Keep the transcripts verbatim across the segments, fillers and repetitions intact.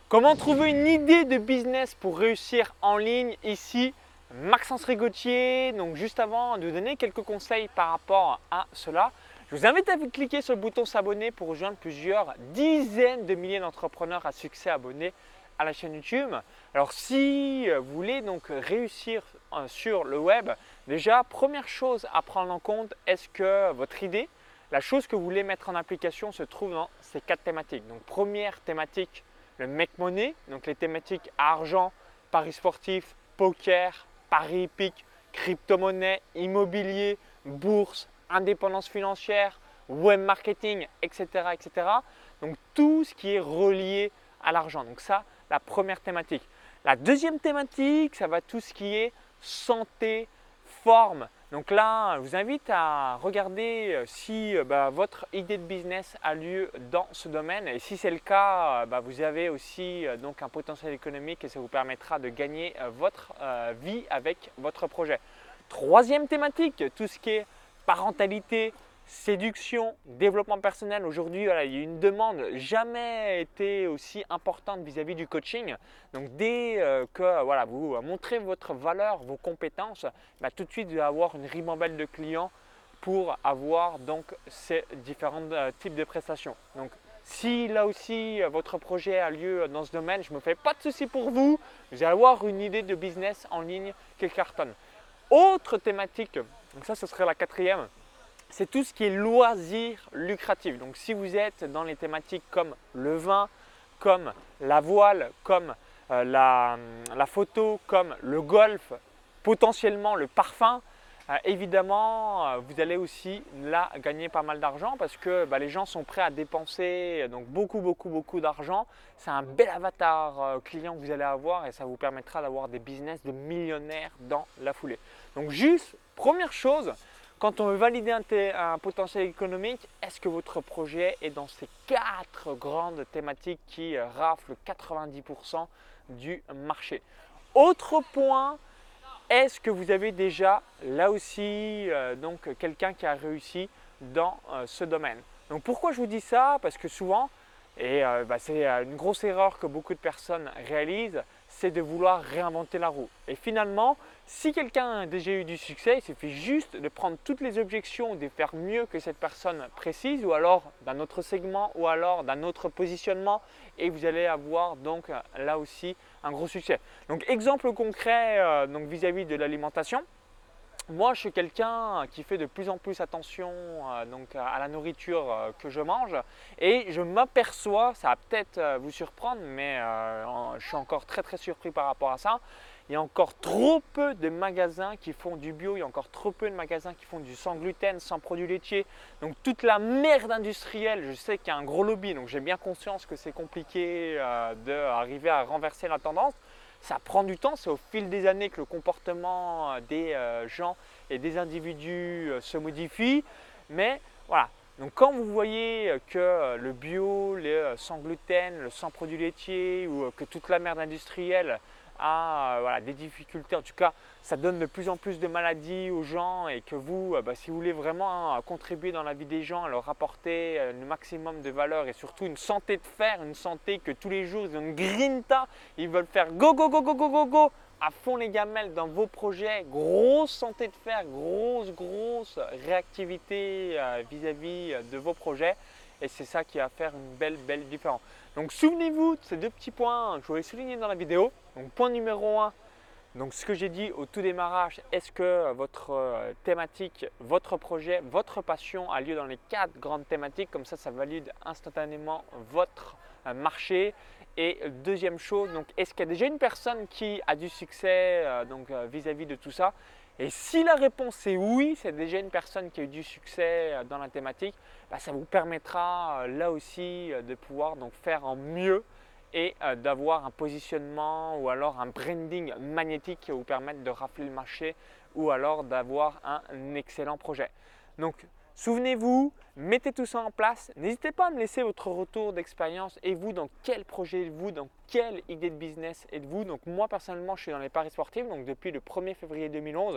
Comment trouver une idée de business pour réussir en ligne? Ici, Maxence Rigotier. Donc juste avant de vous donner quelques conseils par rapport à cela, je vous invite à vous cliquer sur le bouton s'abonner pour rejoindre plusieurs dizaines de milliers d'entrepreneurs à succès abonnés à la chaîne YouTube. Alors si vous voulez donc réussir sur le web, déjà première chose à prendre en compte, est-ce que votre idée, la chose que vous voulez mettre en application se trouve dans ces quatre thématiques. Donc première thématique, le make money, donc les thématiques argent, paris sportifs, poker, paris hippique, crypto-monnaie, immobilier, bourse, indépendance financière, web marketing, et cetera, et cetera. Donc tout ce qui est relié à l'argent. Donc ça, la première thématique. La deuxième thématique, ça va tout ce qui est santé, forme. Donc là, je vous invite à regarder si bah, votre idée de business a lieu dans ce domaine. Et si c'est le cas, bah, vous avez aussi donc, un potentiel économique et ça vous permettra de gagner votre euh, vie avec votre projet. Troisième thématique, tout ce qui est parentalité, séduction, développement personnel. Aujourd'hui, voilà, il y a une demande jamais été aussi importante vis-à-vis du coaching. Donc dès euh, que voilà, vous montrez votre valeur, vos compétences, bah, tout de suite vous allez avoir une ribambelle de clients pour avoir donc ces différents euh, types de prestations. Donc si là aussi euh, votre projet a lieu dans ce domaine, je ne me fais pas de soucis pour vous, vous allez avoir une idée de business en ligne qui cartonne. Autre thématique, donc ça ce serait la quatrième, c'est tout ce qui est loisirs lucratifs. Donc si vous êtes dans les thématiques comme le vin, comme la voile, comme euh, la, la photo, comme le golf, potentiellement le parfum, euh, évidemment, euh, vous allez aussi là gagner pas mal d'argent parce que bah, les gens sont prêts à dépenser donc beaucoup, beaucoup, beaucoup d'argent. C'est un bel avatar euh, client que vous allez avoir et ça vous permettra d'avoir des business de millionnaires dans la foulée. Donc juste, première chose, quand on veut valider un, un potentiel économique, est-ce que votre projet est dans ces quatre grandes thématiques qui raflent quatre-vingt-dix pour cent du marché? Autre point, est-ce que vous avez déjà là aussi euh, donc quelqu'un qui a réussi dans euh, ce domaine? Donc pourquoi je vous dis ça? Parce que souvent, et euh, bah, c'est une grosse erreur que beaucoup de personnes réalisent, c'est de vouloir réinventer la roue. Et finalement, si quelqu'un a déjà eu du succès, il suffit juste de prendre toutes les objections, de faire mieux que cette personne précise, ou alors d'un autre segment, ou alors d'un autre positionnement, et vous allez avoir donc là aussi un gros succès. Donc exemple concret euh, donc vis-à-vis de l'alimentation. Moi, je suis quelqu'un qui fait de plus en plus attention euh, donc, à la nourriture euh, que je mange et je m'aperçois, ça va peut-être euh, vous surprendre, mais euh, en, je suis encore très très surpris par rapport à ça. Il y a encore trop peu de magasins qui font du bio, il y a encore trop peu de magasins qui font du sans gluten, sans produits laitiers. Donc toute la merde industrielle, je sais qu'il y a un gros lobby, donc j'ai bien conscience que c'est compliqué euh, d'arriver à renverser la tendance. Ça prend du temps, c'est au fil des années que le comportement des euh, gens et des individus euh, se modifie. Mais voilà, donc quand vous voyez que euh, le bio, le euh, sans gluten, le sans produits laitiers ou euh, que toute la merde industrielle a euh, voilà, des difficultés, en tout cas ça donne de plus en plus de maladies aux gens et que vous, euh, bah, si vous voulez vraiment hein, contribuer dans la vie des gens, à leur apporter euh, le maximum de valeur et surtout une santé de fer, une santé que tous les jours ils ont une grinta, ils veulent faire go go go go go go go à fond les gamelles dans vos projets, grosse santé de fer, grosse grosse réactivité euh, vis-à-vis de vos projets et c'est ça qui va faire une belle belle différence. Donc souvenez-vous de ces deux petits points que je voulais souligner dans la vidéo. Donc point numéro un, donc ce que j'ai dit au tout démarrage, est-ce que votre thématique, votre projet, votre passion a lieu dans les quatre grandes thématiques? Comme ça, ça valide instantanément votre marché. Et deuxième chose, donc est-ce qu'il y a déjà une personne qui a du succès euh, donc, euh, vis-à-vis de tout ça? Et si la réponse est oui, c'est déjà une personne qui a eu du succès euh, dans la thématique, bah, ça vous permettra euh, là aussi euh, de pouvoir donc, faire en mieux et euh, d'avoir un positionnement ou alors un branding magnétique qui va vous permettre de rafler le marché ou alors d'avoir un excellent projet. Donc souvenez-vous, mettez tout ça en place. N'hésitez pas à me laisser votre retour d'expérience et vous, dans quel projet êtes-vous, dans quelle idée de business êtes-vous. Donc moi personnellement, je suis dans les paris sportifs donc depuis le premier février deux mille onze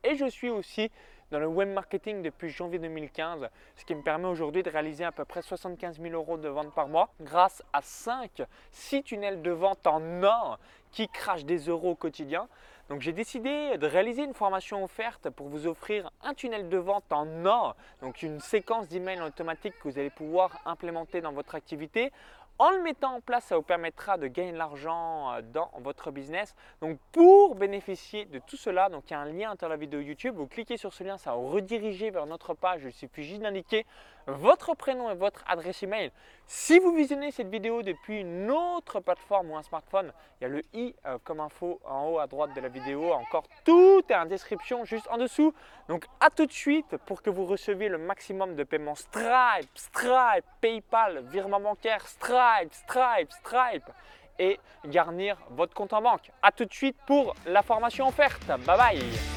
et je suis aussi dans le web marketing depuis janvier deux mille quinze, ce qui me permet aujourd'hui de réaliser à peu près soixante-quinze mille euros de vente par mois grâce à cinq, six tunnels de vente en or qui crachent des euros au quotidien. Donc j'ai décidé de réaliser une formation offerte pour vous offrir un tunnel de vente en or, donc une séquence d'emails automatiques que vous allez pouvoir implémenter dans votre activité. En le mettant en place, ça vous permettra de gagner de l'argent dans votre business. Donc pour bénéficier de tout cela, donc il y a un lien dans la vidéo YouTube. Vous cliquez sur ce lien, ça va vous rediriger vers notre page. Il suffit juste d'indiquer votre prénom et votre adresse email. Si vous visionnez cette vidéo depuis une autre plateforme ou un smartphone, il y a le i euh, comme info en haut à droite de la vidéo. Encore tout est en description juste en dessous. Donc à tout de suite pour que vous receviez le maximum de paiements Stripe, Stripe, PayPal, virement bancaire, Stripe, Stripe, Stripe et garnir votre compte en banque. À tout de suite pour la formation offerte. Bye bye.